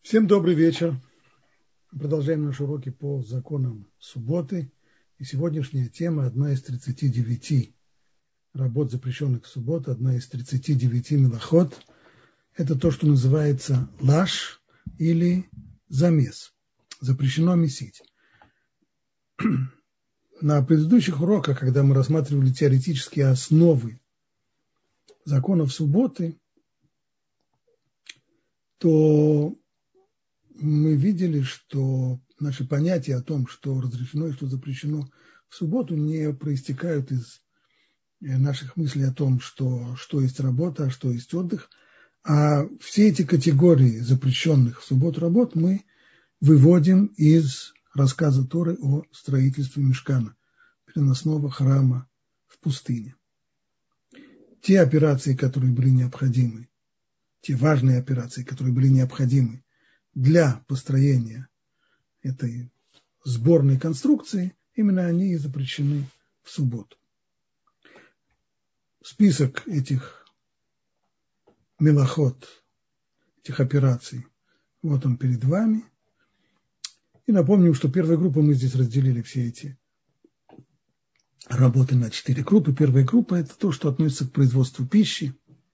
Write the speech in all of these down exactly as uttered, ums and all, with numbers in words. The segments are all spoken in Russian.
Всем добрый вечер. Продолжаем наши уроки по законам субботы. И сегодняшняя тема – одна из тридцати девяти работ, запрещенных в субботу, одна из тридцати девяти мелахот. Это то, что называется лаш или замес. Запрещено месить. На предыдущих уроках, когда мы рассматривали теоретические основы законов субботы, то мы видели, что наши понятия о том, что разрешено и что запрещено в субботу, не проистекают из наших мыслей о том, что, что есть работа, а что есть отдых. А все эти категории запрещенных в субботу работ мы выводим из рассказа Торы о строительстве мишкана, переносного храма в пустыне. Те операции, которые были необходимы, те важные операции, которые были необходимы для построения этой сборной конструкции, именно они и запрещены в субботу. Список этих мелахот, этих операций, вот он перед вами. И напомним, что первой группой мы здесь разделили все эти работы на четыре группы. Первая группа – это то, что относится к производству пищи.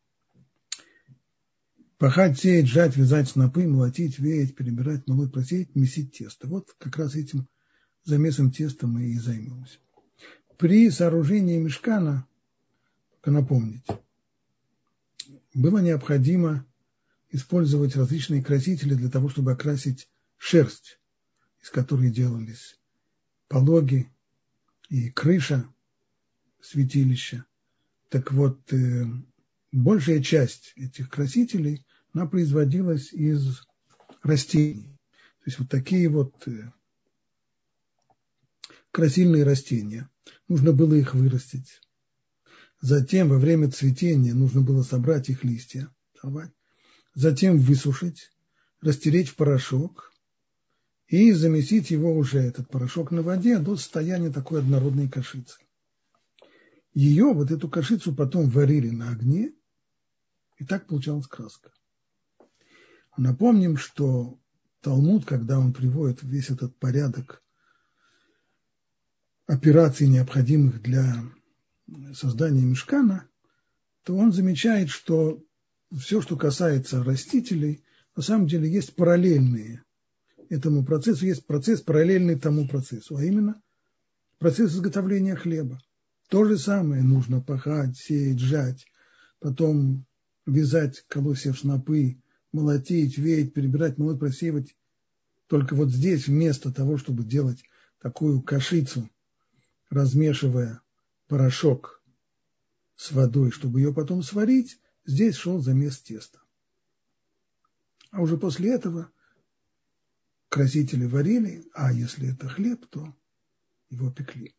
Пахать, сеять, жать, вязать снопы, молотить, веять, перебирать, молоть, просеять, месить тесто. Вот как раз этим замесом теста мы и займемся. При сооружении мишкана, только напомнить, было необходимо использовать различные красители для того, чтобы окрасить шерсть, из которой делались пологи и крыша святилища. Так вот, э, большая часть этих красителей, она производилась из растений. То есть вот такие вот э, красильные растения. Нужно было их вырастить. Затем во время цветения нужно было собрать их листья, сорвать. Затем высушить, растереть в порошок и замесить его уже, этот порошок, на воде до состояния такой однородной кашицы. Ее, вот эту кашицу, потом варили на огне, и так получалась краска. Напомним, что Талмуд, когда он приводит весь этот порядок операций, необходимых для создания мишкана, то он замечает, что все, что касается растителей, на самом деле есть параллельные этому процессу, есть процесс параллельный тому процессу, а именно процесс изготовления хлеба. То же самое нужно пахать, сеять, жать, потом вязать колосья в снопы, молотить, веять, перебирать, молоть, просеивать. Только вот здесь вместо того, чтобы делать такую кашицу, размешивая порошок с водой, чтобы ее потом сварить, здесь шел замес теста. А уже после этого красители варили, а если это хлеб, то его пекли.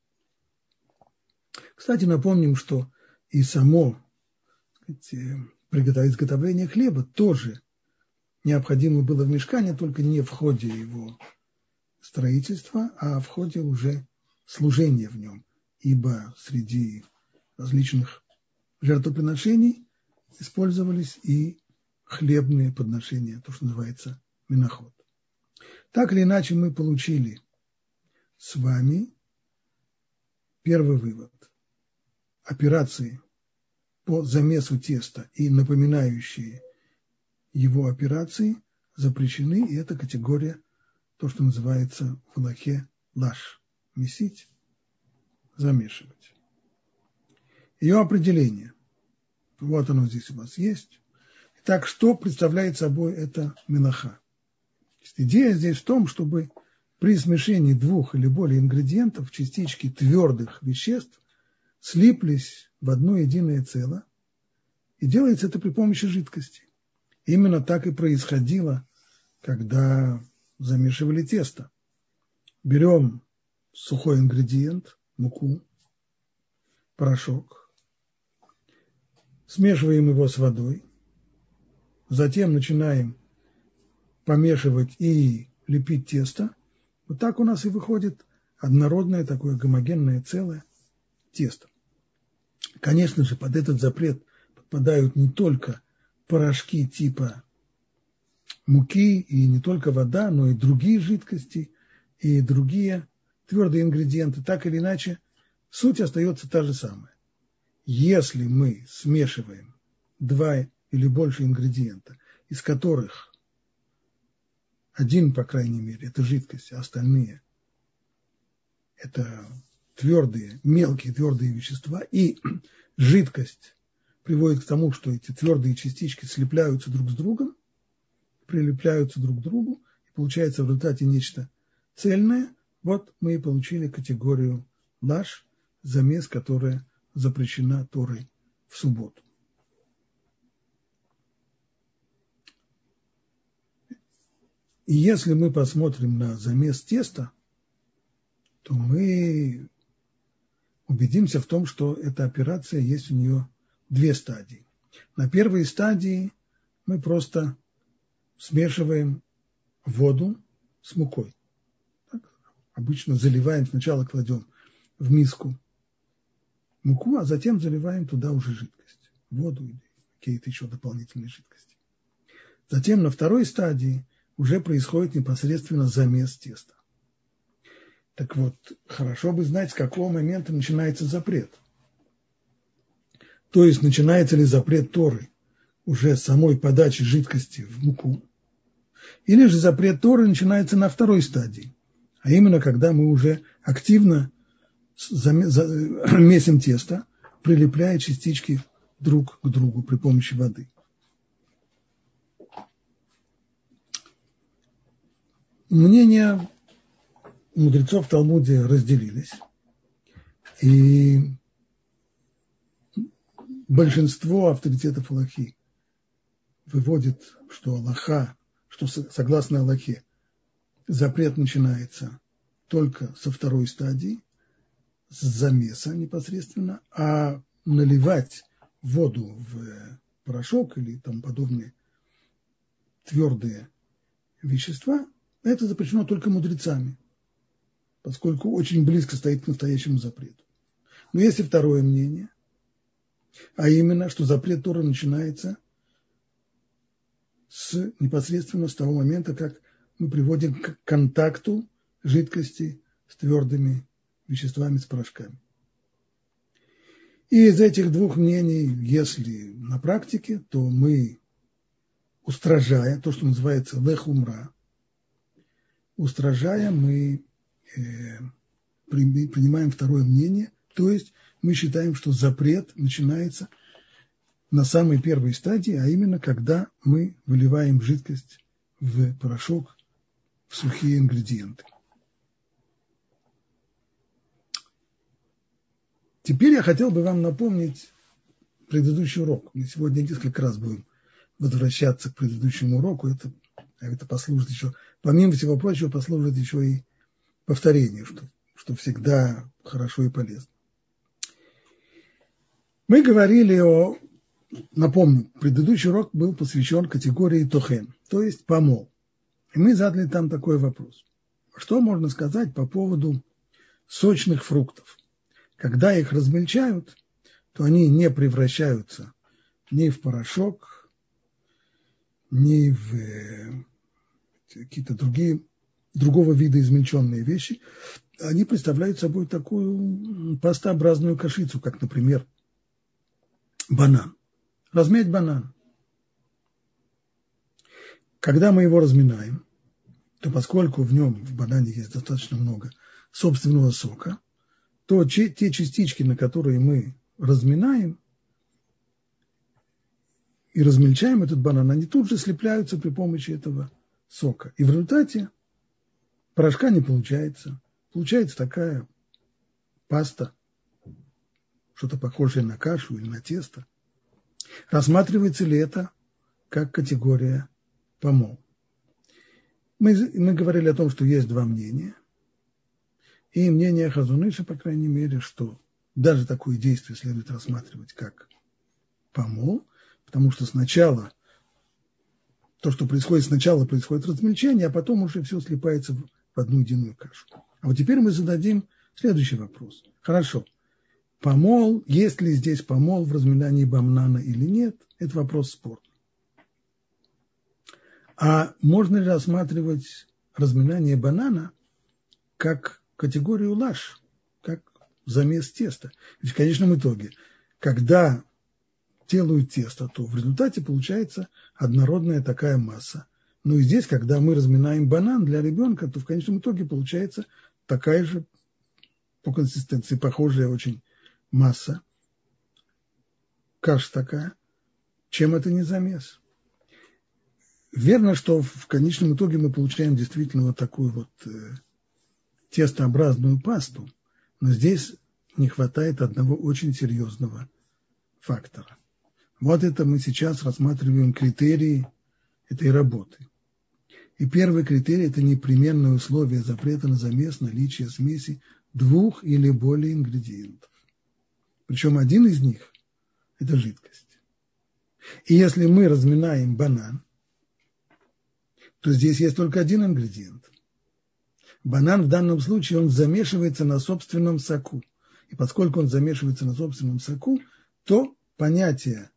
Кстати, напомним, что и само изготовление хлеба тоже необходимо было в мишкане, только не в ходе его строительства, а в ходе уже служения в нем. Ибо среди различных жертвоприношений использовались и хлебные подношения, то, что называется миноход. Так или иначе, мы получили с вами первый вывод. Операции по замесу теста и напоминающие его операции запрещены, и это категория, то, что называется в Алахе лаш. Месить, замешивать. Ее определение. Вот оно здесь у вас есть. Итак, что представляет собой эта мелаха? Идея здесь в том, чтобы при смешении двух или более ингредиентов частички твердых веществ слиплись в одно единое целое, и делается это при помощи жидкости. Именно так и происходило, когда замешивали тесто. Берем сухой ингредиент, муку, порошок, смешиваем его с водой, затем начинаем помешивать и лепить тесто. Вот так у нас и выходит однородное такое гомогенное целое тесто. Конечно же, под этот запрет подпадают не только порошки типа муки, и не только вода, но и другие жидкости, и другие твердые ингредиенты. Так или иначе, суть остается та же самая. Если мы смешиваем два или больше ингредиента, из которых один, по крайней мере, это жидкость, а остальные это твердые, мелкие твердые вещества, и жидкость приводит к тому, что эти твердые частички слепляются друг с другом, прилепляются друг к другу, и получается в результате нечто цельное. Вот мы и получили категорию лаш, замес, которая запрещена Торой в субботу. И если мы посмотрим на замес теста, то мы убедимся в том, что эта операция есть у нее две стадии. На первой стадии мы просто смешиваем воду с мукой. Так? Обычно заливаем, сначала кладем в миску муку, а затем заливаем туда уже жидкость, воду или какие-то еще дополнительные жидкости. Затем на второй стадии уже происходит непосредственно замес теста. Так вот, хорошо бы знать, с какого момента начинается запрет. То есть, начинается ли запрет Торы уже с самой подачи жидкости в муку, или же запрет Торы начинается на второй стадии, а именно, когда мы уже активно месим тесто, прилепляя частички друг к другу при помощи воды. Мнения мудрецов в Талмуде разделились, и большинство авторитетов Алахи выводит, что Алаха, что согласно Алахе запрет начинается только со второй стадии, с замеса непосредственно, а наливать воду в порошок или тому подобные твердые вещества, это запрещено только мудрецами, поскольку очень близко стоит к настоящему запрету. Но есть и второе мнение, а именно, что запрет Торы начинается с, непосредственно с того момента, как мы приводим к контакту жидкости с твердыми веществами, с порошками. И из этих двух мнений, если на практике, то мы, устражая то, что называется лехумра, устражая, мы э, принимаем второе мнение, то есть мы считаем, что запрет начинается на самой первой стадии, а именно когда мы выливаем жидкость в порошок, в сухие ингредиенты. Теперь я хотел бы вам напомнить предыдущий урок. Мы сегодня несколько раз будем возвращаться к предыдущему уроку. Это, это послужит еще, помимо всего прочего, послужит еще и повторению, что, что всегда хорошо и полезно. Мы говорили о, напомню, предыдущий урок был посвящен категории тохен, то есть помол. И мы задали там такой вопрос. Что можно сказать по поводу сочных фруктов? Когда их размельчают, то они не превращаются ни в порошок, ни в какие-то другие, другого вида измельченные вещи. Они представляют собой такую пастообразную кашицу, как, например, банан. Размять банан. Когда мы его разминаем, то поскольку в нем, в банане есть достаточно много собственного сока, то те частички, на которые мы разминаем и размельчаем этот банан, они тут же слепляются при помощи этого сока. И в результате порошка не получается. Получается такая паста, что-то похожее на кашу или на тесто. Рассматривается ли это как категория помол? Мы, мы говорили о том, что есть два мнения. И мнение Хазон Иша, по крайней мере, что даже такое действие следует рассматривать как помол, потому что сначала, то, что происходит сначала, происходит размельчение, а потом уже все слипается в одну единую кашу. А вот теперь мы зададим следующий вопрос. Хорошо, помол, есть ли здесь помол в разминании банана или нет, это вопрос спорный. А можно ли рассматривать разминание банана как категорию лаш, как замес теста? Ведь в конечном итоге, когда делают тесто, то в результате получается однородная такая масса. Ну и здесь, когда мы разминаем банан для ребенка, то в конечном итоге получается такая же по консистенции, похожая очень масса, каша такая. Чем это не замес? Верно, что в конечном итоге мы получаем действительно вот такую вот э, тестообразную пасту, но здесь не хватает одного очень серьезного фактора. Вот это мы сейчас рассматриваем критерии этой работы. И первый критерий – это непременное условие запрета на замес наличия смеси двух или более ингредиентов. Причем один из них – это жидкость. И если мы разминаем банан, то здесь есть только один ингредиент. Банан в данном случае, он замешивается на собственном соку. И поскольку он замешивается на собственном соку, то понятие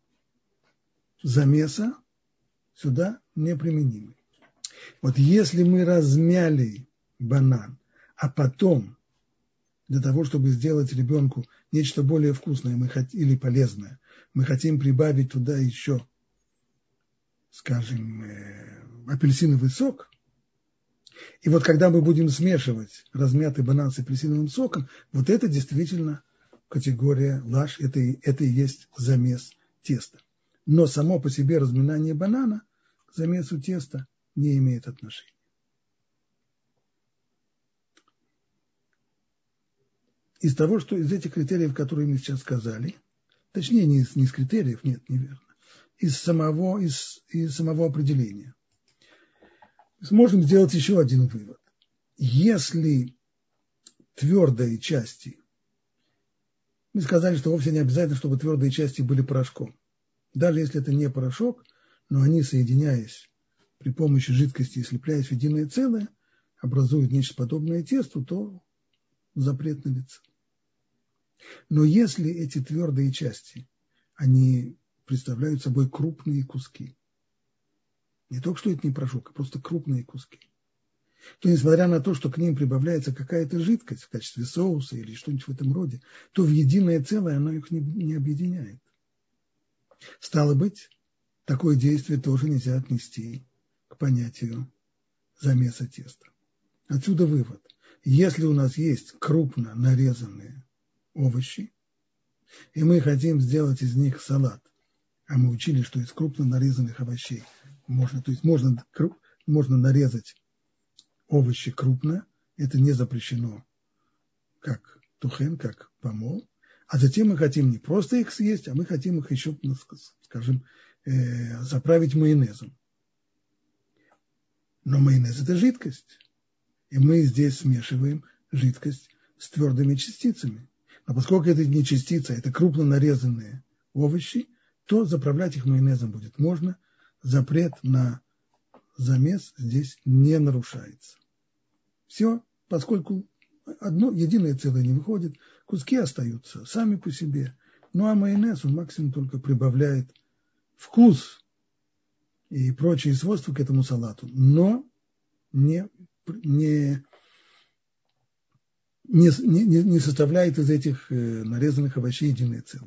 замеса сюда неприменимо. Вот если мы размяли банан, а потом для того, чтобы сделать ребенку нечто более вкусное мы хот... или полезное, мы хотим прибавить туда еще, скажем, э, апельсиновый сок, и вот когда мы будем смешивать размятый банан с апельсиновым соком, вот это действительно категория лаш, это, это и есть замес теста. Но само по себе разминание банана к замесу теста не имеет отношения. Из того, что из этих критериев, которые мы сейчас сказали, точнее, не из, не из критериев, нет, неверно, из самого, из, из самого определения, сможем сделать еще один вывод. Если твердые части, мы сказали, что вовсе не обязательно, чтобы твердые части были порошком. Даже если это не порошок, но они, соединяясь при помощи жидкости и слепляясь в единое целое, образуют нечто подобное тесту, то запрет налицо. Но если эти твердые части, они представляют собой крупные куски, не только что это не порошок, а просто крупные куски, то несмотря на то, что к ним прибавляется какая-то жидкость в качестве соуса или что-нибудь в этом роде, то в единое целое оно их не, не объединяет. Стало быть, такое действие тоже нельзя отнести к понятию замеса теста. Отсюда вывод. Если у нас есть крупно нарезанные овощи, и мы хотим сделать из них салат, а мы учили, что из крупно нарезанных овощей можно, то есть можно, можно нарезать овощи крупно, это не запрещено как тухен, как помол, а затем мы хотим не просто их съесть, а мы хотим их еще, скажем, э, заправить майонезом. Но майонез – это жидкость, и мы здесь смешиваем жидкость с твердыми частицами. Но поскольку это не частица, это крупно нарезанные овощи, то заправлять их майонезом будет можно. Запрет на замес здесь не нарушается. Все, поскольку одно единое целое не выходит, куски остаются сами по себе. Ну а майонез, он максимум только прибавляет вкус и прочие свойства к этому салату, но не, не, не, не, не составляет из этих нарезанных овощей единое целое.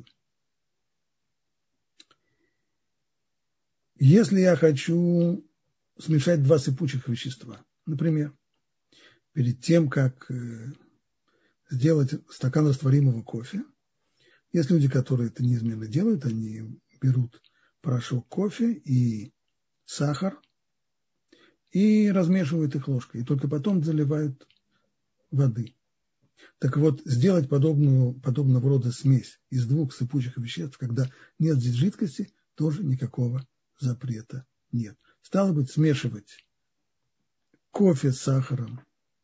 Если я хочу смешать два сыпучих вещества, например, перед тем, как сделать стакан растворимого кофе, есть люди, которые это неизменно делают, они берут порошок кофе и сахар и размешивают их ложкой, и только потом заливают воды. Так вот, сделать подобную, подобного рода смесь из двух сыпучих веществ, когда нет здесь жидкости, тоже никакого запрета нет. Стало быть, смешивать кофе с сахаром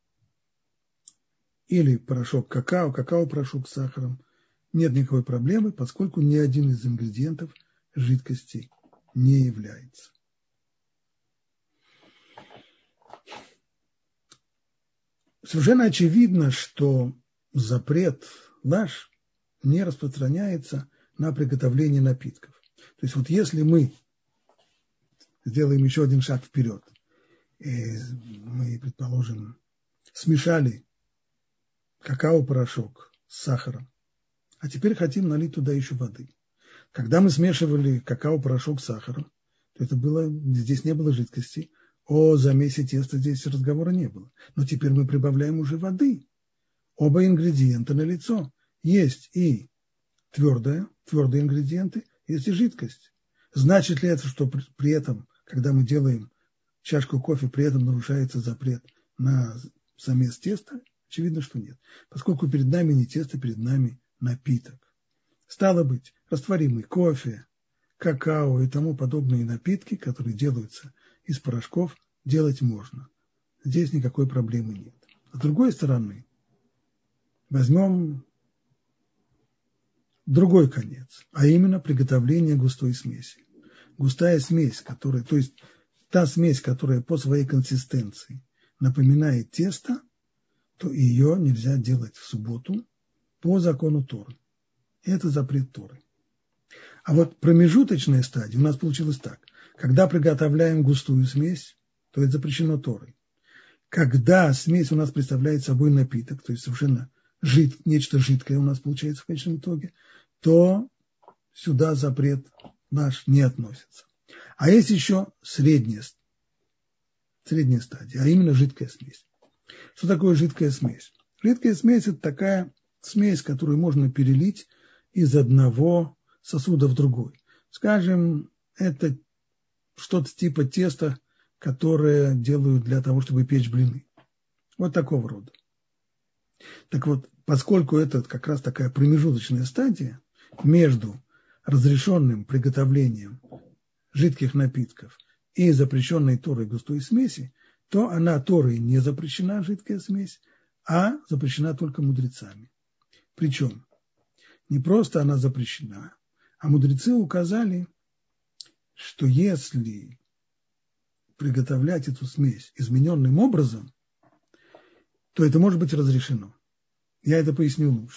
или порошок какао, какао-порошок с сахаром, нет никакой проблемы, поскольку ни один из ингредиентов жидкости не является. Совершенно очевидно, что запрет лаш не распространяется на приготовление напитков. То есть вот если мы сделаем еще один шаг вперед. И мы, предположим, смешали какао-порошок с сахаром, а теперь хотим налить туда еще воды. Когда мы смешивали какао-порошок с сахаром, то это было, здесь не было жидкости, о замесе теста здесь разговора не было. Но теперь мы прибавляем уже воды. Оба ингредиента налицо. Есть и твердое, твердые ингредиенты, есть и жидкость. Значит ли это, что при, при этом, когда мы делаем чашку кофе, при этом нарушается запрет на замес теста? Очевидно, что нет. Поскольку перед нами не тесто, перед нами напиток. Стало быть, растворимый кофе, какао и тому подобные напитки, которые делаются из порошков, делать можно. Здесь никакой проблемы нет. С другой стороны, возьмем другой конец, а именно приготовление густой смеси. Густая смесь, которая, то есть та смесь, которая по своей консистенции напоминает тесто, то ее нельзя делать в субботу по закону Торы. Это запрет Торы. А вот промежуточная стадия у нас получилась так. Когда приготовляем густую смесь, то это запрещено Торой. Когда смесь у нас представляет собой напиток, то есть совершенно жид, нечто жидкое у нас получается в конечном итоге, то сюда запрет наш не относится. А есть еще средняя, средняя стадия, а именно жидкая смесь. Что такое жидкая смесь? Жидкая смесь – это такая смесь, которую можно перелить из одного сосуда в другой. Скажем, это что-то типа теста, которое делают для того, чтобы печь блины. Вот такого рода. Так вот, поскольку это как раз такая промежуточная стадия между разрешенным приготовлением жидких напитков и запрещенной Торой густой смеси, то она Торой не запрещена, жидкая смесь, а запрещена только мудрецами. Причем не просто она запрещена, а мудрецы указали, что если приготовлять эту смесь измененным образом, то это может быть разрешено. Я это поясню лучше.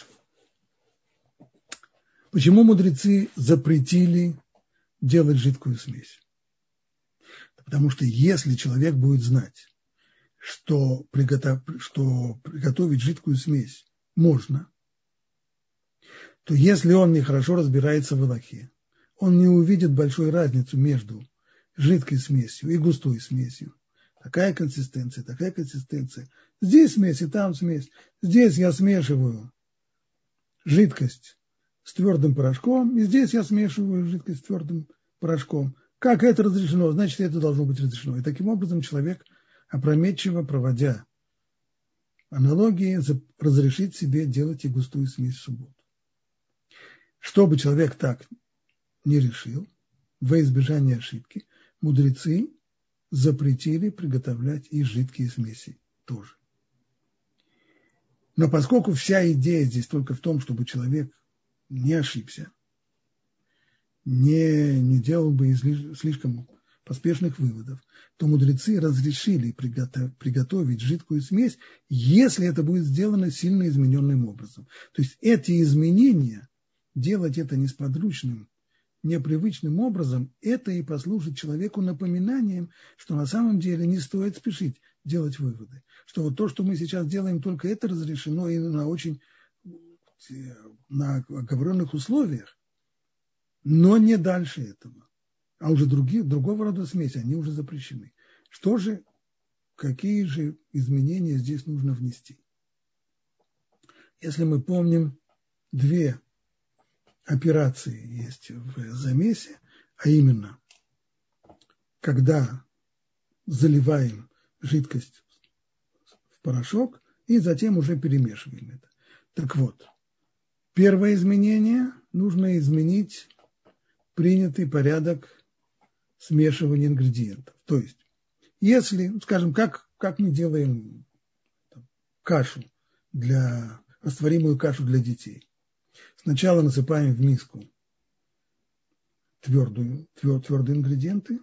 Почему мудрецы запретили делать жидкую смесь? Потому что если человек будет знать, что, приготов... что приготовить жидкую смесь можно, то если он нехорошо разбирается в алахе, он не увидит большой разницу между жидкой смесью и густой смесью. Такая консистенция, такая консистенция. Здесь смесь и там смесь. Здесь я смешиваю жидкость с твердым порошком, и здесь я смешиваю жидкость с твердым порошком. Как это разрешено? Значит, это должно быть разрешено. И таким образом человек, опрометчиво проводя аналогии, разрешит себе делать и густую смесь в субботу. Чтобы человек так не решил, во избежание ошибки, мудрецы запретили приготовлять и жидкие смеси тоже. Но поскольку вся идея здесь только в том, чтобы человек не ошибся, не, не делал бы излиш, слишком поспешных выводов, то мудрецы разрешили приготов, приготовить жидкую смесь, если это будет сделано сильно измененным образом. То есть эти изменения, делать это несподручным, непривычным образом, это и послужит человеку напоминанием, что на самом деле не стоит спешить делать выводы. Что вот то, что мы сейчас делаем, только это разрешено и на очень на оговоренных условиях, но не дальше этого. А уже другие, другого рода смеси, они уже запрещены. Что же, какие же изменения здесь нужно внести? Если мы помним, две операции есть в замесе, а именно, когда заливаем жидкость в порошок и затем уже перемешиваем это. Так вот, первое изменение нужно изменить принятый порядок смешивания ингредиентов. То есть, если, скажем, как, как мы делаем там, кашу для, растворимую кашу для детей. Сначала насыпаем в миску твердую, твер, твердые ингредиенты,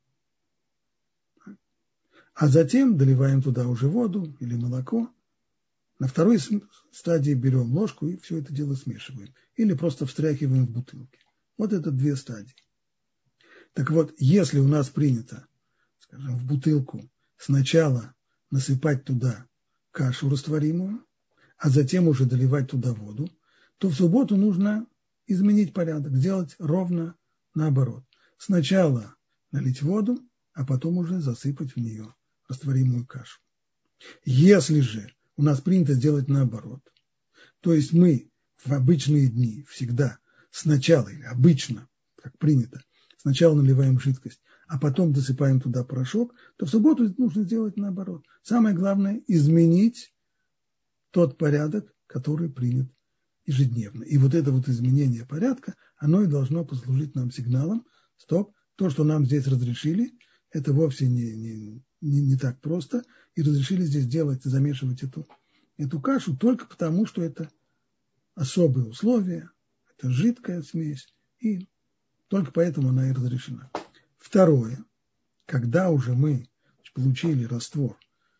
а затем доливаем туда уже воду или молоко. На второй стадии берем ложку и все это дело смешиваем. Или просто встряхиваем в бутылке. Вот это две стадии. Так вот, если у нас принято, скажем, в бутылку сначала насыпать туда кашу растворимую, а затем уже доливать туда воду, то в субботу нужно изменить порядок, сделать ровно наоборот. Сначала налить воду, а потом уже засыпать в нее растворимую кашу. Если же у нас принято делать наоборот, то есть мы в обычные дни всегда сначала, или обычно, как принято, сначала наливаем жидкость, а потом досыпаем туда порошок, то в субботу нужно сделать наоборот. Самое главное – изменить тот порядок, который принят ежедневно. И вот это вот изменение порядка, оно и должно послужить нам сигналом: стоп, то, что нам здесь разрешили, это вовсе не, не, не, не так просто, и разрешили здесь делать, замешивать эту, эту кашу только потому, что это особые условия, это жидкая смесь, и только поэтому она и разрешена. Второе, когда уже мы получили раствор,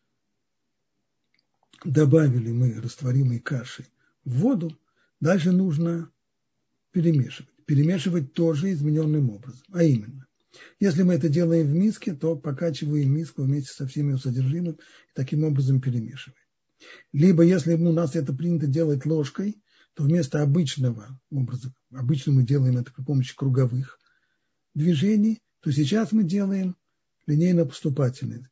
добавили мы растворимой каши в воду, дальше нужно перемешивать. Перемешивать тоже измененным образом. А именно, если мы это делаем в миске, то покачиваем миску вместе со всеми ее содержимым и таким образом перемешиваем. Либо если у нас это принято делать ложкой, то вместо обычного образа, обычно мы делаем это при помощи круговых движений, то сейчас мы делаем линейно-поступательные.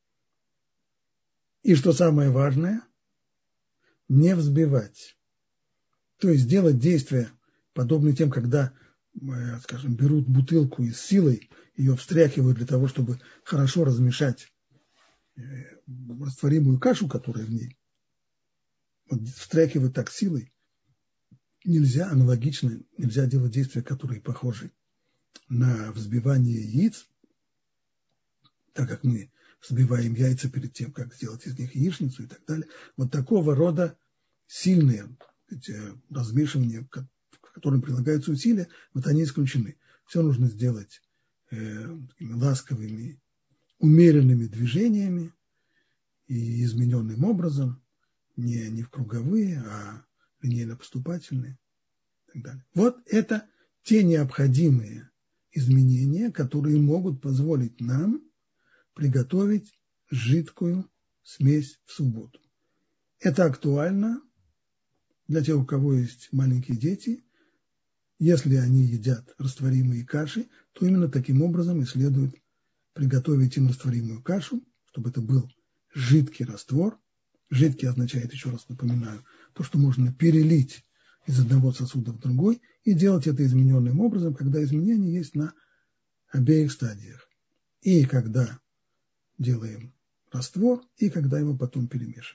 И что самое важное, не взбивать. То есть делать действия, подобные тем, когда, скажем, берут бутылку и с силой ее встряхивают для того, чтобы хорошо размешать растворимую кашу, которая в ней. Вот встряхивать так силой нельзя, аналогично нельзя делать действия, которые похожи на взбивание яиц, так как мы взбиваем яйца перед тем, как сделать из них яичницу и так далее. Вот такого рода сильные размешивания, к которым прилагаются усилия, вот они исключены. Все нужно сделать э, такими ласковыми, умеренными движениями и измененным образом, не, не в круговые, а линейно-поступательные и так далее. Вот это те необходимые изменения, которые могут позволить нам приготовить жидкую смесь в субботу. Это актуально для тех, у кого есть маленькие дети. Если они едят растворимые каши, то именно таким образом и следует приготовить им растворимую кашу, чтобы это был жидкий раствор. Жидкий означает, еще раз напоминаю, то, что можно перелить из одного сосуда в другой и делать это измененным образом, когда изменения есть на обеих стадиях. И когда делаем раствор, и когда его потом перемешиваем.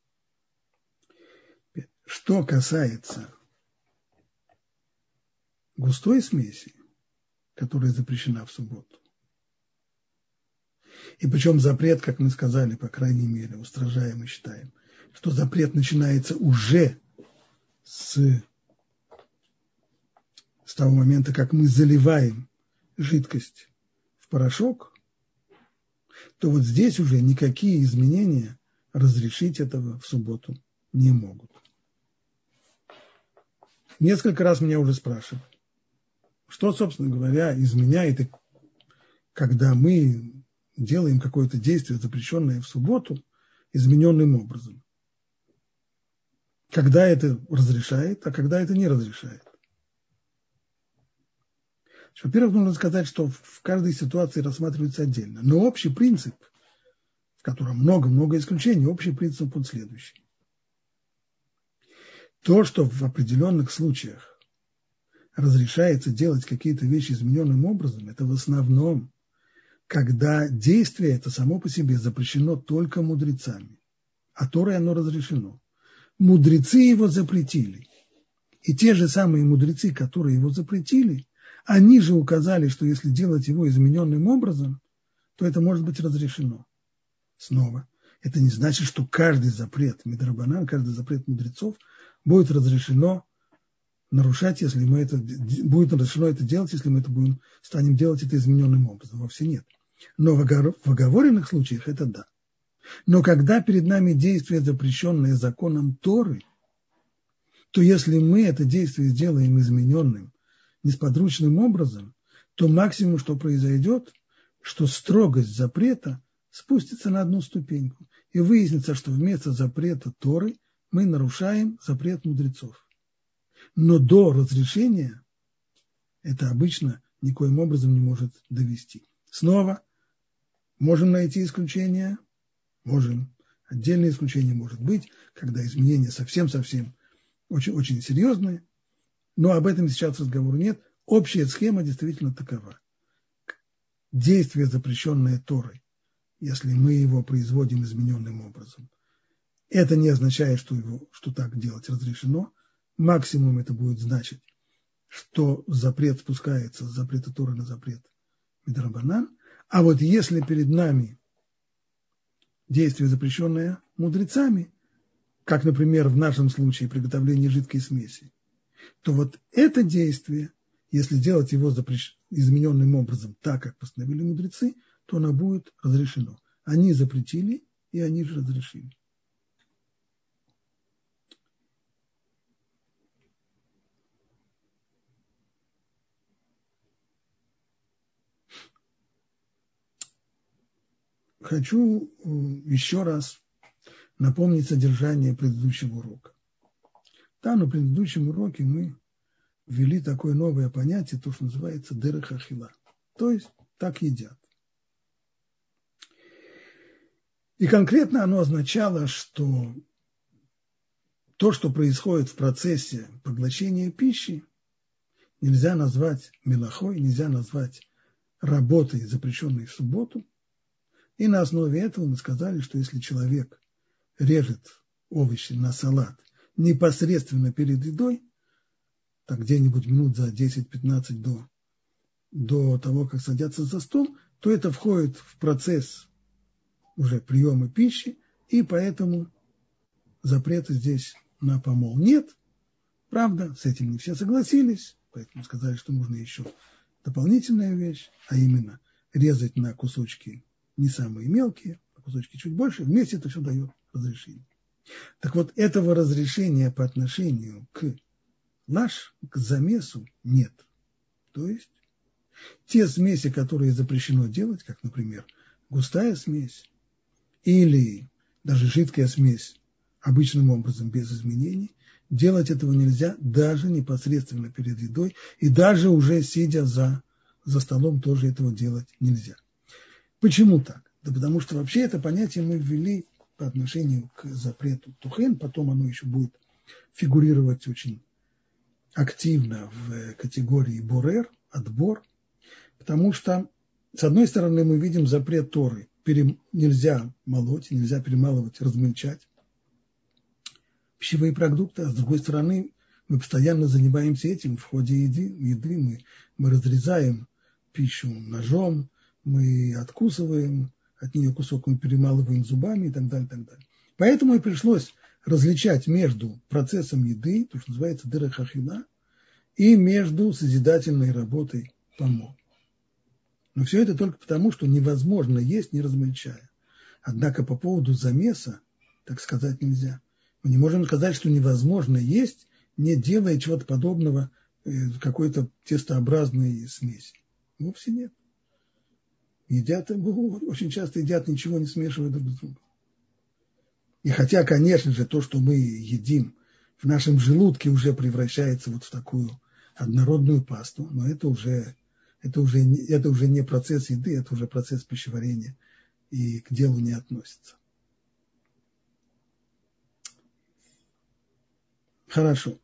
Что касается густой смеси, которая запрещена в субботу, и причем запрет, как мы сказали, по крайней мере, устражаем и считаем, что запрет начинается уже с, с того момента, как мы заливаем жидкость в порошок, то вот здесь уже никакие изменения разрешить этого в субботу не могут. Несколько раз меня уже спрашивали, что, собственно говоря, изменяет, когда мы делаем какое-то действие, запрещенное в субботу, измененным образом. Когда это разрешает, а когда это не разрешает. Во-первых, нужно сказать, что в каждой ситуации рассматривается отдельно. Но общий принцип, в котором много-много исключений, общий принцип вот следующий. То, что в определенных случаях разрешается делать какие-то вещи измененным образом, это в основном, когда действие это само по себе запрещено только мудрецами, а Торой оно разрешено. Мудрецы его запретили. И те же самые мудрецы, которые его запретили, они же указали, что если делать его измененным образом, то это может быть разрешено. Снова, это не значит, что каждый запрет мидрабанан, каждый запрет мудрецов будет разрешено нарушать, если мы это будет разрешено это делать, если мы это будем станем делать это измененным образом. Вовсе нет. Но в оговоренных случаях это да. Но когда перед нами действие, запрещенное законом Торы, то если мы это действие сделаем измененным, несподручным образом, то максимум, что произойдет, что строгость запрета спустится на одну ступеньку. И выяснится, что вместо запрета Торы мы нарушаем запрет мудрецов. Но до разрешения это обычно никоим образом не может довести. Снова можем найти исключения, можем. Отдельное исключение может быть, когда изменения совсем-совсем очень, очень серьезные, но об этом сейчас разговору нет. Общая схема действительно такова. Действие, запрещенное Торой, если мы его производим измененным образом, это не означает, что, его, что так делать разрешено. Максимум это будет значить, что запрет спускается с запрета Торы на запрет мидрабанан. А вот если перед нами действие, запрещенное мудрецами, как, например, в нашем случае приготовление жидкой смеси, то вот это действие, если делать его запрещ... измененным образом, так, как постановили мудрецы, то оно будет разрешено. Они запретили, и они же разрешили. Хочу еще раз напомнить содержание предыдущего урока. Там на предыдущем уроке мы ввели такое новое понятие, то, что называется дерех ахила. То есть так едят. И конкретно оно означало, что то, что происходит в процессе поглощения пищи, нельзя назвать мелахой, нельзя назвать работой, запрещенной в субботу. И на основе этого мы сказали, что если человек режет овощи на салат непосредственно перед едой, так где-нибудь минут за десять-пятнадцать до, до того, как садятся за стол, то это входит в процесс уже приема пищи, и поэтому запрета здесь на помол нет. Правда, с этим не все согласились, поэтому сказали, что нужно еще дополнительная вещь, а именно резать на кусочки не самые мелкие, а кусочки чуть больше, вместе это все дает разрешение. Так вот, этого разрешения по отношению к лаш, к замесу нет. То есть те смеси, которые запрещено делать, как, например, густая смесь или даже жидкая смесь обычным образом без изменений, делать этого нельзя даже непосредственно перед едой, и даже уже сидя за, за столом тоже этого делать нельзя. Почему так? Да потому что вообще это понятие мы ввели по отношению к запрету тухен, потом оно еще будет фигурировать очень активно в категории борер, отбор, потому что, с одной стороны, мы видим запрет Торы, пере, нельзя молоть, нельзя перемалывать, размельчать пищевые продукты, а с другой стороны, мы постоянно занимаемся этим в ходе еды, еды мы, мы разрезаем пищу ножом, мы откусываем от нее кусок, мы перемалываем зубами и так далее, и так далее. Поэтому и пришлось различать между процессом еды, то, что называется дерех ахила, и между созидательной работой помол. Но все это только потому, что невозможно есть, не размельчая. Однако по поводу замеса, так сказать, нельзя. Мы не можем сказать, что невозможно есть, не делая чего-то подобного какой-то тестообразной смеси. Вовсе нет. Едят, очень часто едят, ничего не смешивая друг с другом. И хотя, конечно же, то, что мы едим в нашем желудке, уже превращается вот в такую однородную пасту, но это уже, это уже, это уже не процесс еды, это уже процесс пищеварения и к делу не относится. Хорошо.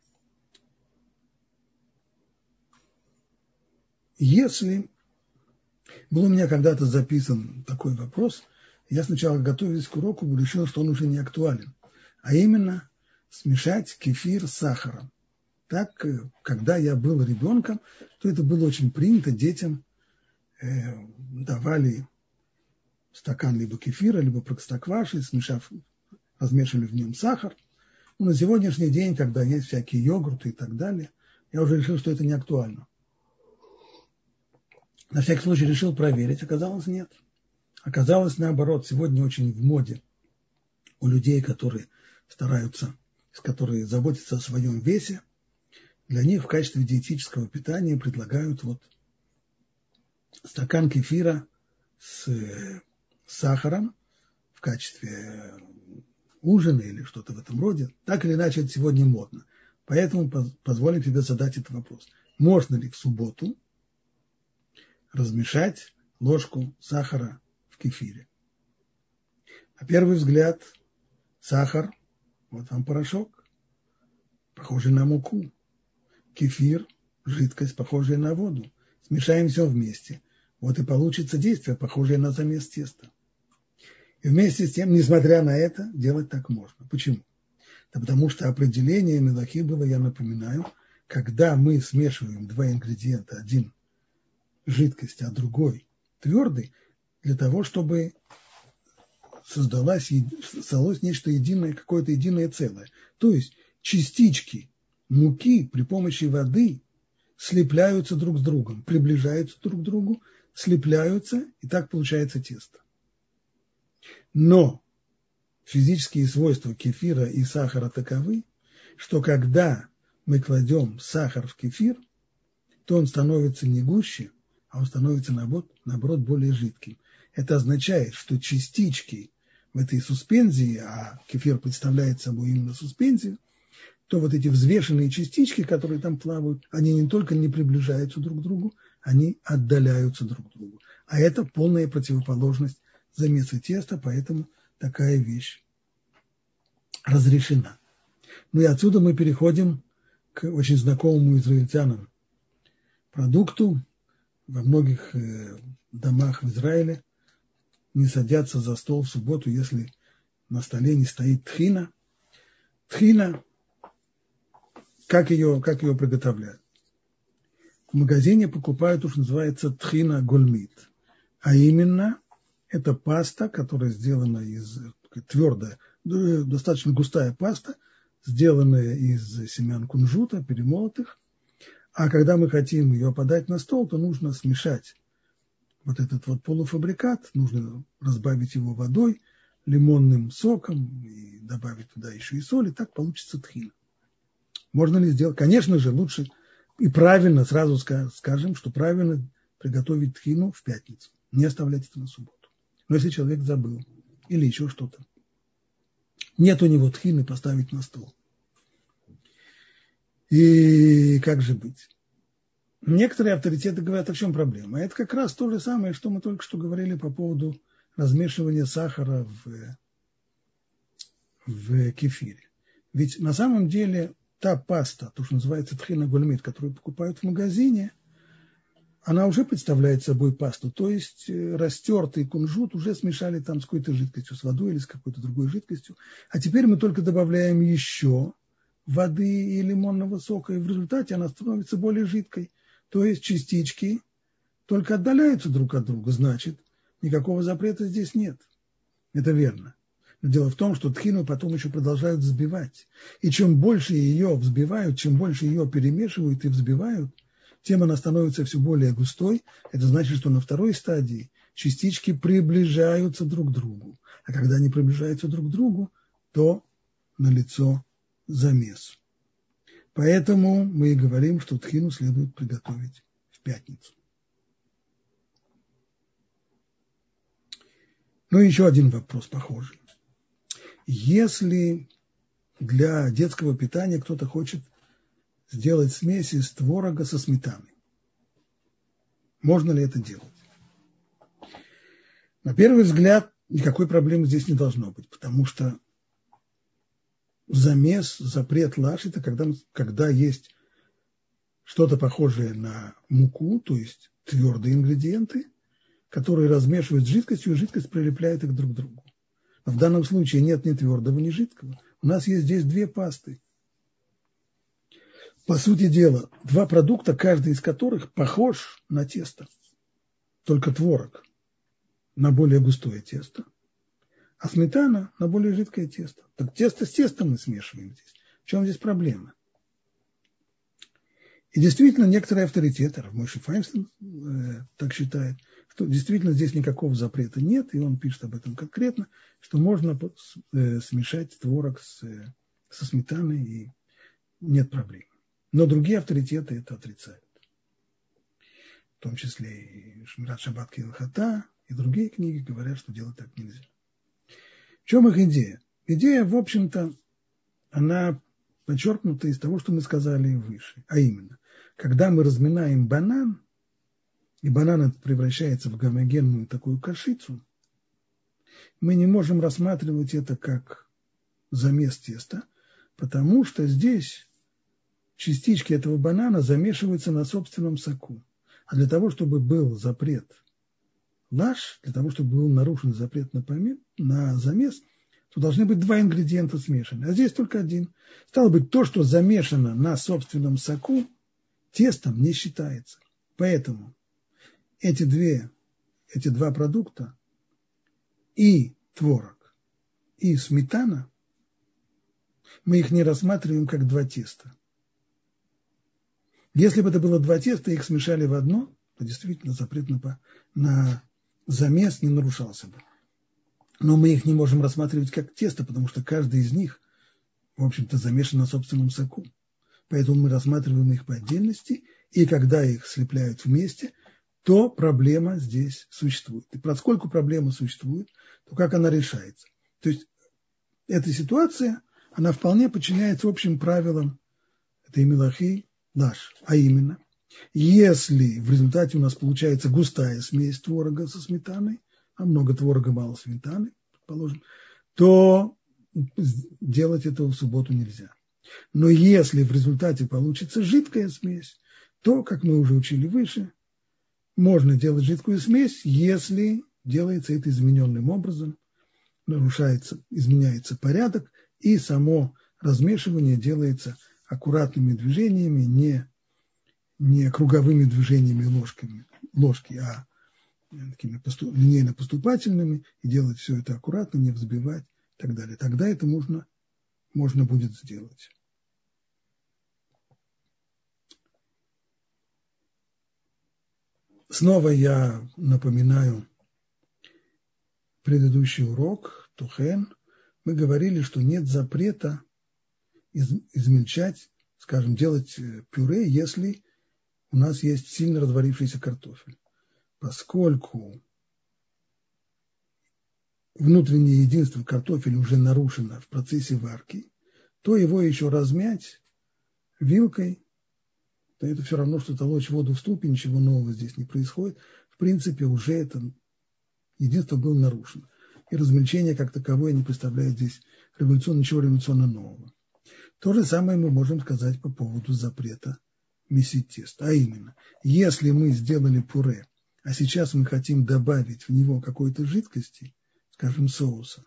Если был у меня когда-то записан такой вопрос, я сначала, готовясь к уроку, решил, что он уже не актуален, а именно смешать кефир с сахаром. Так, когда я был ребенком, то это было очень принято, детям э, давали стакан либо кефира, либо простокваши, смешав, размешивали в нем сахар. Но на сегодняшний день, когда есть всякие йогурты и так далее, я уже решил, что это не актуально. На всякий случай решил проверить, оказалось нет. Оказалось наоборот, сегодня очень в моде у людей, которые стараются, которые заботятся о своем весе, для них в качестве диетического питания предлагают вот стакан кефира с сахаром в качестве ужина или что-то в этом роде, так или иначе это сегодня модно. Поэтому позволим себе задать этот вопрос. Можно ли в субботу размешать ложку сахара в кефире? На первый взгляд сахар, вот вам порошок, похожий на муку. Кефир, жидкость, похожая на воду. Смешаем все вместе. Вот и получится действие, похожее на замес теста. И вместе с тем, несмотря на это, делать так можно. Почему? Да потому что определение мелахи было, я напоминаю, когда мы смешиваем два ингредиента, один жидкость, а другой твердый, для того, чтобы создалось, создалось нечто единое, какое-то единое целое. То есть частички муки при помощи воды слепляются друг с другом, приближаются друг к другу, слепляются, и так получается тесто. Но физические свойства кефира и сахара таковы, что когда мы кладем сахар в кефир, то он становится не гуще, а он становится, наоборот, наоборот более жидким. Это означает, что частички в этой суспензии, а кефир представляет собой именно суспензию, то вот эти взвешенные частички, которые там плавают, они не только не приближаются друг к другу, они отдаляются друг к другу. А это полная противоположность замеса теста, поэтому такая вещь разрешена. Ну и отсюда мы переходим к очень знакомому израильтянам продукту. Во многих домах в Израиле не садятся за стол в субботу, если на столе не стоит тхина. Тхина, как ее, как ее приготовляют? В магазине покупают то, что называется тхина гольмит. А именно, это паста, которая сделана из твердая, достаточно густая паста, сделанная из семян кунжута, перемолотых. А когда мы хотим ее подать на стол, то нужно смешать вот этот вот полуфабрикат, нужно разбавить его водой, лимонным соком и добавить туда еще и соль, и так получится тхина. Можно ли сделать? Конечно же, лучше и правильно, сразу скажем, что правильно приготовить тхину в пятницу, не оставлять это на субботу. Но если человек забыл или еще что-то, нет у него тхины поставить на стол. И как же быть? Некоторые авторитеты говорят, а в чем проблема? Это как раз то же самое, что мы только что говорили по поводу размешивания сахара в, в кефире. Ведь на самом деле та паста, то, что называется тхина гольмит, которую покупают в магазине, она уже представляет собой пасту, то есть растертый кунжут уже смешали там с какой-то жидкостью, с водой или с какой-то другой жидкостью. А теперь мы только добавляем еще воды и лимонного сока, и в результате она становится более жидкой. То есть частички только отдаляются друг от друга, значит, никакого запрета здесь нет. Это верно. Но дело в том, что тхину потом еще продолжают взбивать. И чем больше ее взбивают, чем больше ее перемешивают и взбивают, тем она становится все более густой. Это значит, что на второй стадии частички приближаются друг к другу. А когда они приближаются друг к другу, то налицо замес. Поэтому мы и говорим, что тхину следует приготовить в пятницу. Ну и еще один вопрос похожий. Если для детского питания кто-то хочет сделать смесь из творога со сметаной, можно ли это делать? На первый взгляд никакой проблемы здесь не должно быть, потому что замес, запрет лаш – это когда, когда есть что-то похожее на муку, то есть твердые ингредиенты, которые размешивают с жидкостью, и жидкость прилепляет их друг к другу. Но в данном случае нет ни твердого, ни жидкого. У нас есть здесь две пасты. По сути дела, два продукта, каждый из которых похож на тесто, только творог на более густое тесто, а сметана на более жидкое тесто. Так тесто с тестом мы смешиваем здесь. В чем здесь проблема? И действительно, некоторые авторитеты, Мойше Файнштейн э, так считает, что действительно здесь никакого запрета нет, и он пишет об этом конкретно, что можно э, смешать творог с, э, со сметаной, и нет проблем. Но другие авторитеты это отрицают. том числе и Шмират Шаббат Килхата, и другие книги говорят, что делать так нельзя. В чем их идея? Идея, в общем-то, она подчеркнута из того, что мы сказали выше. А именно, когда мы разминаем банан, и банан этот превращается в гомогенную такую кашицу, мы не можем рассматривать это как замес теста, потому что здесь частички этого банана замешиваются на собственном соку. А для того, чтобы был запрет лаш, для того, чтобы был нарушен запрет на, помет, на замес, то должны быть два ингредиента смешаны. А здесь только один. Стало быть, то, что замешано на собственном соку, тестом не считается. Поэтому эти, две, эти два продукта, и творог, и сметана, мы их не рассматриваем как два теста. Если бы это было два теста, их смешали в одно, то действительно запрет на, на замес не нарушался бы. Но мы их не можем рассматривать как тесто, потому что каждый из них, в общем-то, замешан на собственном соку. Поэтому мы рассматриваем их по отдельности, и когда их слепляют вместе, то проблема здесь существует. И поскольку проблема существует, то как она решается? То есть эта ситуация, она вполне подчиняется общим правилам этой мелахи лаш, а именно, если в результате у нас получается густая смесь творога со сметаной, а много творога, мало сметаны, предположим, то делать этого в субботу нельзя. Но если в результате получится жидкая смесь, то, как мы уже учили выше, можно делать жидкую смесь, если делается это измененным образом, нарушается, изменяется порядок, и само размешивание делается аккуратными движениями, не, не круговыми движениями ложками, ложки, а такими поступ, линейно-поступательными, и делать все это аккуратно, не взбивать и так далее. Тогда это можно, можно будет сделать. Снова я напоминаю предыдущий урок, Тухен. Мы говорили, что нет запрета из, измельчать, скажем, делать пюре, если у нас есть сильно разварившийся картофель. Поскольку внутреннее единство картофеля уже нарушено в процессе варки, то его еще размять вилкой, то это все равно, что толочь воду в ступе, ничего нового здесь не происходит. В принципе, уже это единство было нарушено. И размельчение как таковое не представляет здесь революционно, ничего революционно нового. То же самое мы можем сказать по поводу запрета месить тесто. А именно, если мы сделали пюре, а сейчас мы хотим добавить в него какой-то жидкости, скажем, соуса,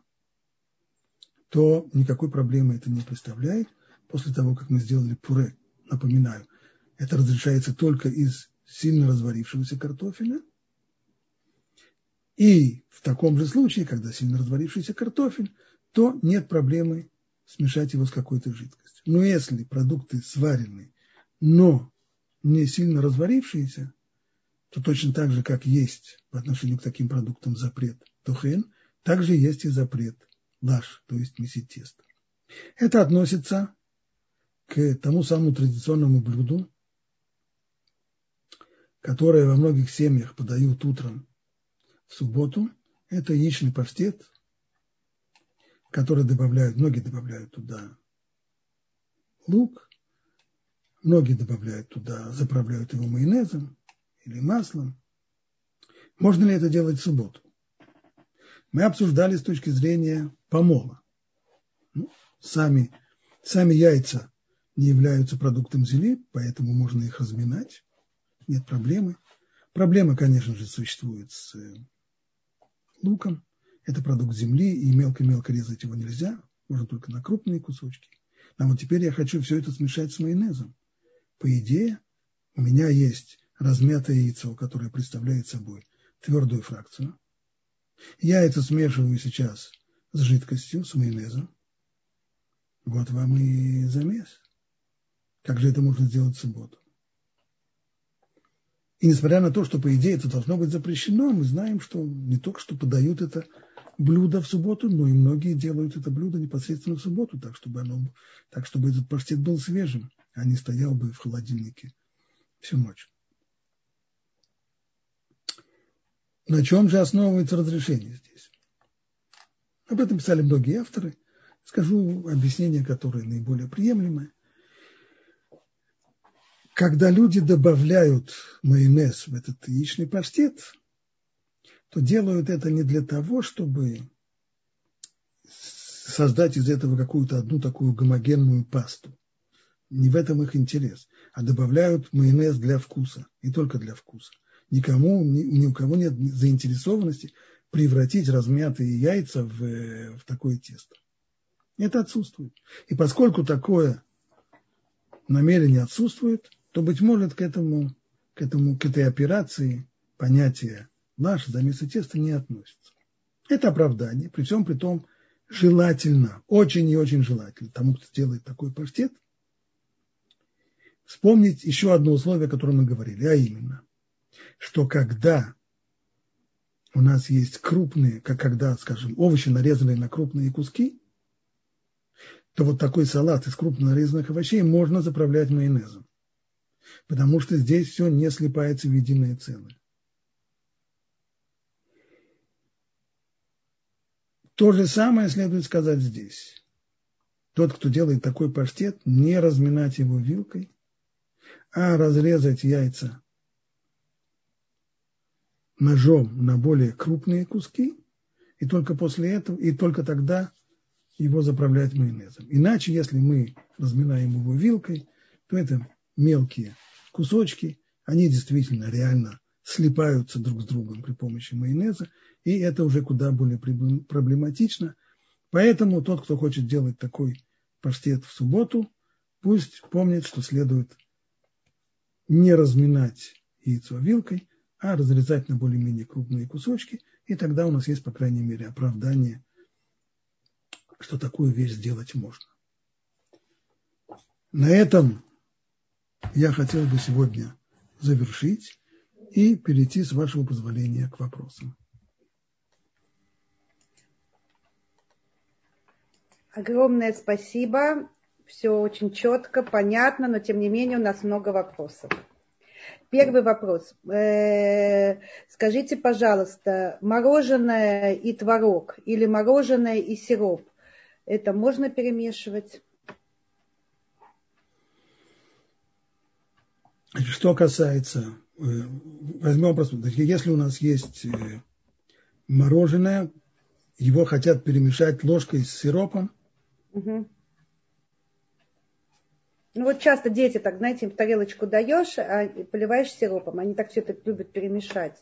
то никакой проблемы это не представляет. После того, как мы сделали пюре, напоминаю, это разрешается только из сильно разварившегося картофеля. И в таком же случае, когда сильно разварившийся картофель, то нет проблемы смешать его с какой-то жидкостью. Но если продукты сварены, но не сильно разварившиеся, то точно так же, как есть по отношению к таким продуктам запрет тухен, также есть и запрет лаш, то есть месить тесто. Это относится к тому самому традиционному блюду, которое во многих семьях подают утром в субботу. Это яичный паштет, который добавляют, многие добавляют туда лук, многие добавляют туда, заправляют его майонезом или маслом. Можно ли это делать в субботу? Мы обсуждали с точки зрения помола. Ну, сами, сами яйца не являются продуктом земли, поэтому можно их разминать. Нет проблемы. Проблема, конечно же, существует с луком. Это продукт земли, и мелко-мелко резать его нельзя. Можно только на крупные кусочки. А вот теперь я хочу все это смешать с майонезом. По идее, у меня есть размятое яйцо, которое представляет собой твердую фракцию. Я это смешиваю сейчас с жидкостью, с майонезом. Вот вам и замес. Как же это можно сделать в субботу? И несмотря на то, что, по идее, это должно быть запрещено, мы знаем, что не только что подают это блюдо в субботу, но и многие делают это блюдо непосредственно в субботу, так чтобы, оно, так, чтобы этот паштет был свежим, а не стоял бы в холодильнике всю ночь. на чем же основывается разрешение здесь? Об этом писали многие авторы. Скажу объяснение, которое наиболее приемлемое. Когда люди добавляют майонез в этот яичный паштет, то делают это не для того, чтобы создать из этого какую-то одну такую гомогенную пасту. Не в этом их интерес. А добавляют майонез для вкуса, и только для вкуса. Никому, ни, ни у кого нет заинтересованности превратить размятые яйца в, в такое тесто. Это отсутствует. И поскольку такое намерение отсутствует, то, быть может, к этому, к этому, к этой операции понятие наше замеса теста не относится. Это оправдание, при всем при том желательно, очень и очень желательно тому, кто делает такой паштет, вспомнить еще одно условие, о котором мы говорили, а именно, что когда у нас есть крупные, как когда, скажем, овощи нарезанные на крупные куски, то вот такой салат из крупно нарезанных овощей можно заправлять майонезом, потому что здесь все не слипается в единое целое. То же самое следует сказать здесь. Тот, кто делает такой паштет, не разминать его вилкой, а разрезать яйца ножом на более крупные куски, и только после этого, и только тогда его заправлять майонезом. Иначе, если мы разминаем его вилкой, то это мелкие кусочки, они действительно реально слипаются друг с другом при помощи майонеза, и это уже куда более проблематично. Поэтому тот, кто хочет делать такой паштет в субботу, пусть помнит, что следует не разминать яйцо вилкой, а разрезать на более-менее крупные кусочки, и тогда у нас есть, по крайней мере, оправдание, что такую вещь сделать можно. На этом я хотел бы сегодня завершить и перейти, с вашего позволения, к вопросам. Огромное спасибо. Все очень четко, понятно, но тем не менее у нас много вопросов. Первый вопрос. Скажите, пожалуйста, мороженое и творог или мороженое и сироп, это можно перемешивать? Что касается, возьмем просто, если у нас есть мороженое, его хотят перемешать ложкой с сиропом. Угу. Ну вот часто дети так, знаете, им тарелочку даешь, а поливаешь сиропом. Они так все это любят перемешать.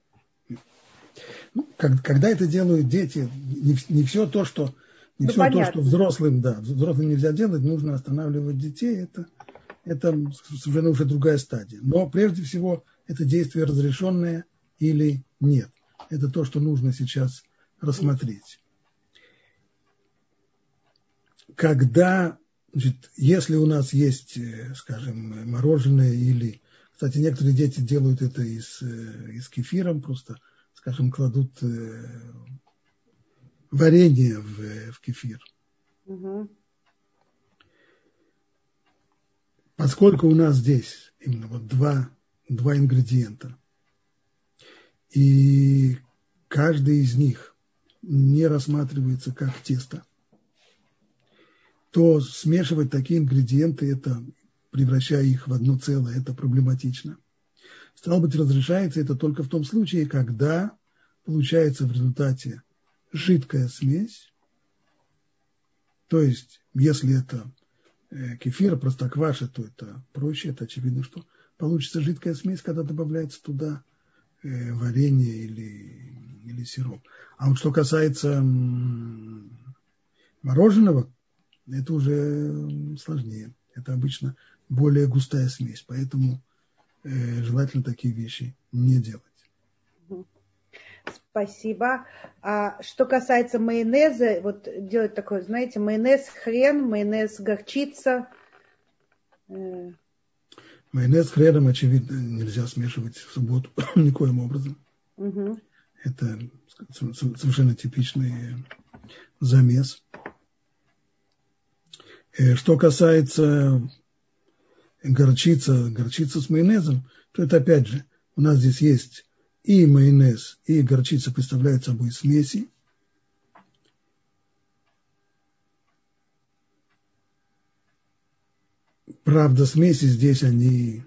Ну, когда это делают дети, не, не все то, что, не ну, все понятно. то, что взрослым, да, взрослым нельзя делать, нужно останавливать детей. Это, это совершенно уже другая стадия. Но прежде всего это действие разрешенное или нет. Это то, что нужно сейчас рассмотреть. Когда, значит, если у нас есть, скажем, мороженое или, кстати, некоторые дети делают это и с, и с кефиром, просто, скажем, кладут варенье в, в кефир. Угу. Поскольку у нас здесь именно вот два, два ингредиента, и каждый из них не рассматривается как тесто, то смешивать такие ингредиенты, это, превращая их в одно целое, это проблематично. Стало быть, разрешается это только в том случае, когда получается в результате жидкая смесь, то есть, если это кефир, простокваша, то это проще, это очевидно, что получится жидкая смесь, когда добавляется туда варенье или, или сироп. А вот что касается мороженого, это уже сложнее. Это обычно более густая смесь, поэтому э, желательно такие вещи не делать. Спасибо. А что касается майонеза, вот делать такое, знаете, майонез хрен, майонез горчица. Майонез с хреном, очевидно, нельзя смешивать в субботу никоим образом. Угу. Это совершенно типичный замес. Что касается горчицы, горчицы с майонезом, то это опять же, у нас здесь есть и майонез, и горчица представляют собой смеси. Правда, смеси здесь они...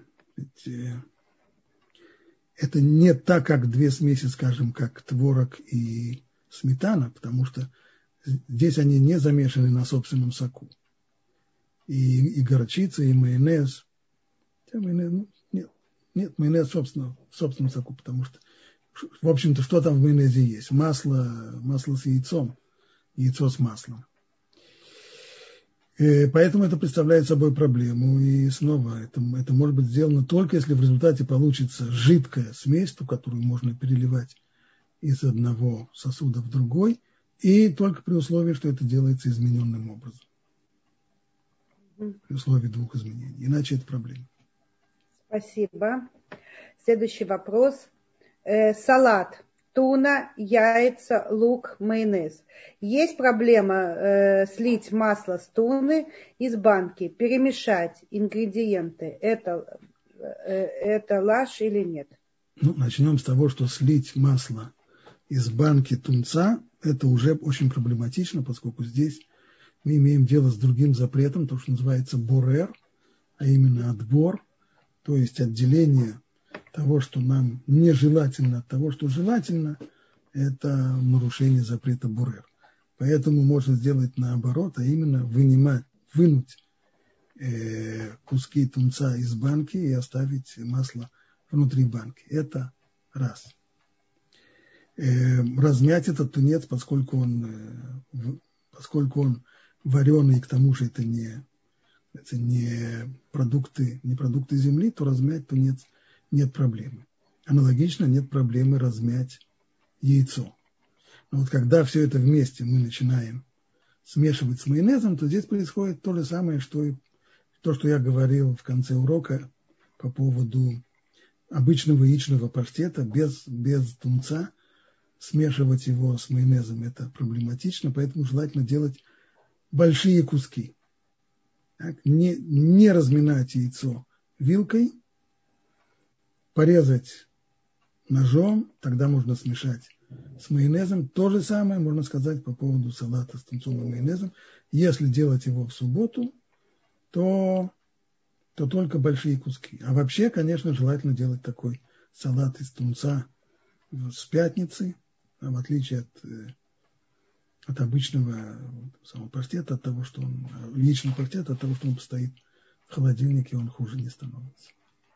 Это не так, как две смеси, скажем, как творог и сметана, потому что здесь они не замешаны на собственном соку. И, и горчица, и майонез. майонез ну, нет, нет, майонез собственно, в собственном соку, потому что, в общем-то, что там в майонезе есть? Масло, масло с яйцом, яйцо с маслом. И поэтому это представляет собой проблему. И снова, это, это может быть сделано только если в результате получится жидкая смесь, ту, которую можно переливать из одного сосуда в другой, и только при условии, что это делается измененным образом. При условии двух изменений. Иначе это проблема. Спасибо. Следующий вопрос. Э, салат. Туна, яйца, лук, майонез. Есть проблема э, слить масло с туны из банки, перемешать ингредиенты. Это, э, это ложь или нет? Ну, начнем с того, что слить масло из банки тунца – это уже очень проблематично, поскольку здесь мы имеем дело с другим запретом, то, что называется борер, а именно отбор, то есть отделение того, что нам нежелательно, от того, что желательно, это нарушение запрета борер. Поэтому можно сделать наоборот, а именно вынимать, вынуть э, куски тунца из банки и оставить масло внутри банки. Это раз. Э, размять этот тунец, поскольку он, э, поскольку он вареный, и к тому же это не, это не продукты, не продукты земли, то размять тунец нет проблемы. Аналогично нет проблемы размять яйцо. Но вот когда все это вместе мы начинаем смешивать с майонезом, то здесь происходит то же самое, что и то, что я говорил в конце урока по поводу обычного яичного паштета без, без тунца. Смешивать его с майонезом – это проблематично, поэтому желательно делать большие куски. Так? Не, не разминать яйцо вилкой, порезать ножом, тогда можно смешать с майонезом. То же самое можно сказать по поводу салата с тунцом и майонезом. Если делать его в субботу, то, то только большие куски. А вообще, конечно, желательно делать такой салат из тунца с пятницы, в отличие от, от обычного самого паштета, от того, что он, яичного паштета, от того, что он постоит в холодильнике, он хуже не становится.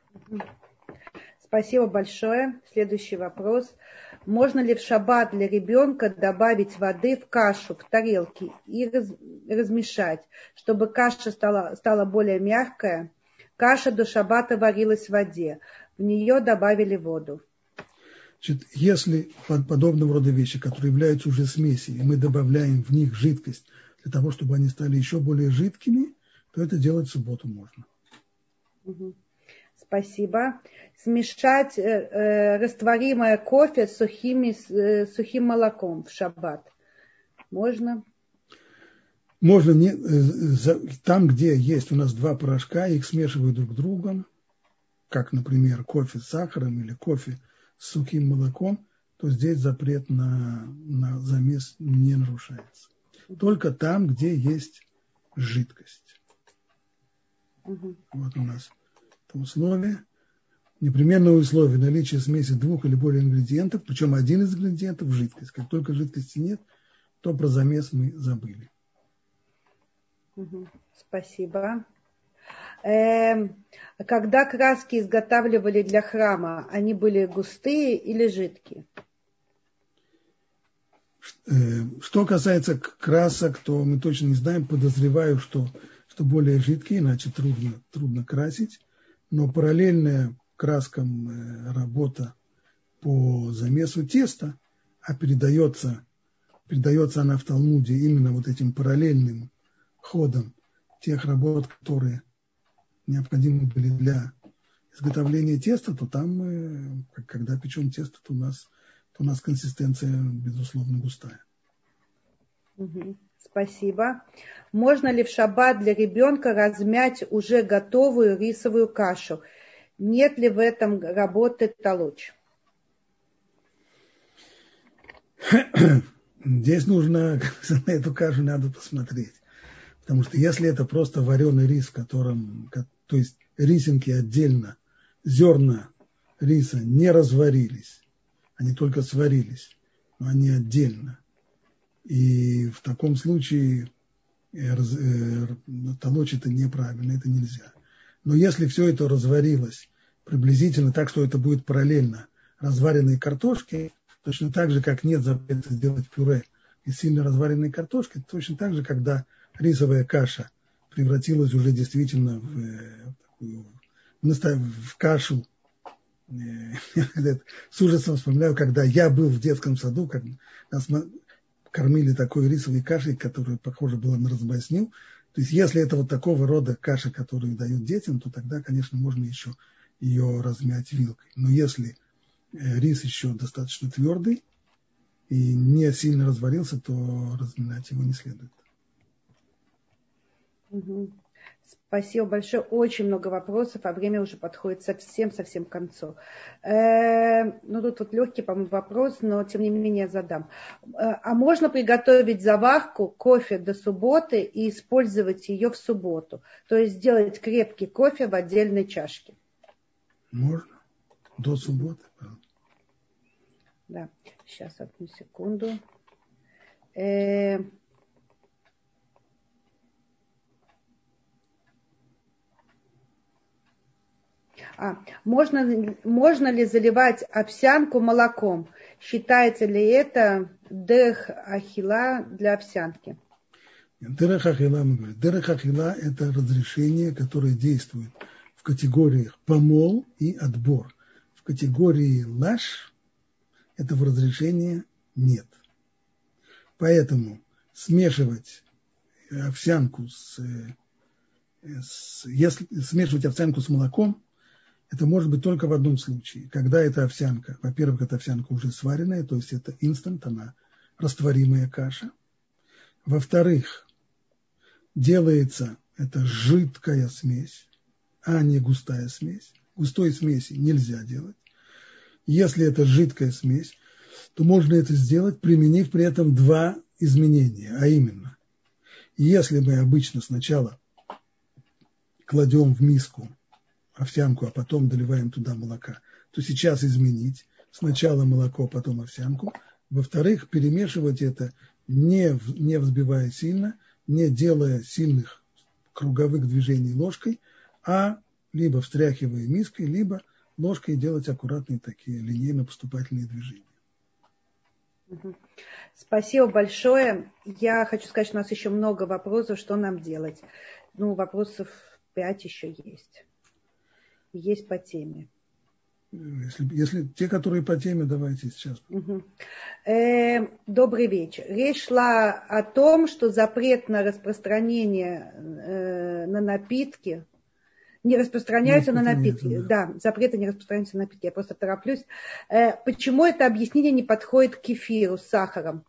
Спасибо большое. Следующий вопрос. Можно ли в шаббат для ребенка добавить воды в кашу, в тарелке и раз, размешать, чтобы каша стала, стала более мягкая? Каша до шаббата варилась в воде. В нее добавили воду. Значит, если подобного рода вещи, которые являются уже смесью, и мы добавляем в них жидкость для того, чтобы они стали еще более жидкими, то это делать в субботу можно. Угу. Спасибо. Смешать э, э, растворимое кофе с, сухими, с э, сухим молоком в шаббат. Можно? Можно. Не, э, там, где есть у нас два порошка, их смешивают друг с другом, как, например, кофе с сахаром или кофе с сухим молоком, то здесь запрет на, на замес не нарушается. Только там, где есть жидкость. Угу. Вот у нас это условие. Непременное условие наличия смеси двух или более ингредиентов, причем один из ингредиентов – жидкость. Как только жидкости нет, то про замес мы забыли. Угу. Спасибо. Э, когда краски изготавливали для храма, они были густые или жидкие? Что касается красок, то мы точно не знаем. Подозреваю, что, что более жидкие, иначе трудно, трудно красить. Но параллельная краскам работа по замесу теста, а передается, передается она в Талмуде именно вот этим параллельным ходом тех работ, которые необходимы были для изготовления теста, то там, когда печем тесто, то у нас, то у нас консистенция, безусловно, густая. Угу. Спасибо. Можно ли в шаббат для ребенка размять уже готовую рисовую кашу? Нет ли в этом работы толочь? Здесь нужно, на эту кашу надо посмотреть. Потому что если это просто вареный рис, в котором, то есть рисинки отдельно, зерна риса не разварились, они только сварились, но они отдельно. И в таком случае толочь это неправильно, это нельзя. Но если все это разварилось приблизительно так, что это будет параллельно разваренной картошке, точно так же, как нет запрета сделать пюре из сильно разваренной картошки, точно так же, когда рисовая каша превратилась уже действительно в, такую, в кашу. С ужасом вспоминаю, когда я был в детском саду, как нас кормили такой рисовой кашей, которая похожа была на разбасню. То есть если это вот такого рода каша, которую дают детям, то тогда, конечно, можно еще ее размять вилкой. Но если рис еще достаточно твердый и не сильно разварился, то разминать его не следует. Угу. Спасибо большое. Очень много вопросов, а время уже подходит совсем-совсем к концу. Э, ну, тут вот легкий, по-моему, вопрос, но тем не менее я задам. Э, а можно приготовить заварку кофе до субботы и использовать ее в субботу? То есть сделать крепкий кофе в отдельной чашке? Можно. До субботы. Да. Сейчас, одну секунду. Э, А, можно, можно ли заливать овсянку молоком? Считается ли это дерех ахила для овсянки? Дерех ахила, мы говорим. Дерех ахила – это разрешение, которое действует в категориях помол и отбор. В категории лаш этого разрешения нет. Поэтому смешивать овсянку с, с если смешивать овсянку с молоком, это может быть только в одном случае, когда эта овсянка, во-первых, эта овсянка уже сваренная, то есть это инстант, она растворимая каша. Во-вторых, делается это жидкая смесь, а не густая смесь. Густой смеси нельзя делать. Если это жидкая смесь, то можно это сделать, применив при этом два изменения, а именно, если мы обычно сначала кладем в миску овсянку, а потом доливаем туда молока, то сейчас изменить сначала молоко, потом овсянку. Во-вторых, перемешивать это, не, не взбивая сильно, не делая сильных круговых движений ложкой, а либо встряхивая миской, либо ложкой делать аккуратные такие линейно-поступательные движения. Спасибо большое. Я хочу сказать, что у нас еще много вопросов, что нам делать. Ну, вопросов пять еще есть. Есть по теме. Если, если те, которые по теме, давайте сейчас. Угу. Э, добрый вечер. Речь шла о том, что запрет на распространение э, на напитки не распространяются на напитки. Да. да, запреты не распространяются на напитки. Я просто тороплюсь. Э, почему это объяснение не подходит к кефиру с сахаром?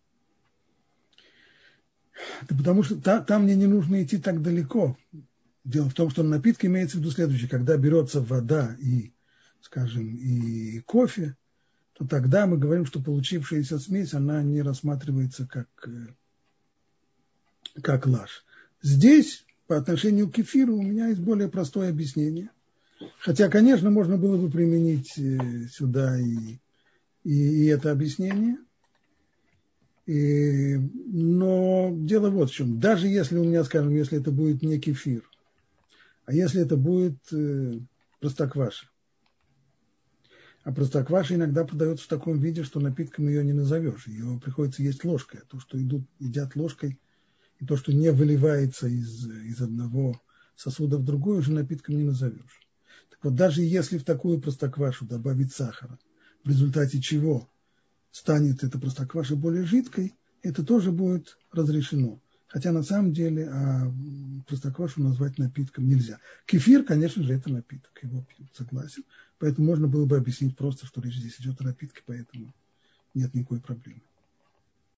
Это потому что та, там мне не нужно идти так далеко. Дело в том, что напитки имеется в виду следующее. Когда берется вода и, скажем, и кофе, то тогда мы говорим, что получившаяся смесь, она не рассматривается как, как лаш. Здесь, по отношению к кефиру, у меня есть более простое объяснение. Хотя, конечно, можно было бы применить сюда и, и, и это объяснение. И, но дело вот в чем. Даже если у меня, скажем, если это будет не кефир, а если это будет э, простокваша. А простокваша иногда подается в таком виде, что напитком ее не назовешь. Ее приходится есть ложкой. А то, что идут, едят ложкой, и то, что не выливается из, из одного сосуда в другой, уже напитком не назовешь. Так вот, даже если в такую простоквашу добавить сахара, в результате чего станет эта простокваша более жидкой, это тоже будет разрешено. Хотя на самом деле а простоквашу назвать напитком нельзя. Кефир, конечно же, это напиток, его пьют, согласен. Поэтому можно было бы объяснить просто, что речь здесь идет о напитке, поэтому нет никакой проблемы.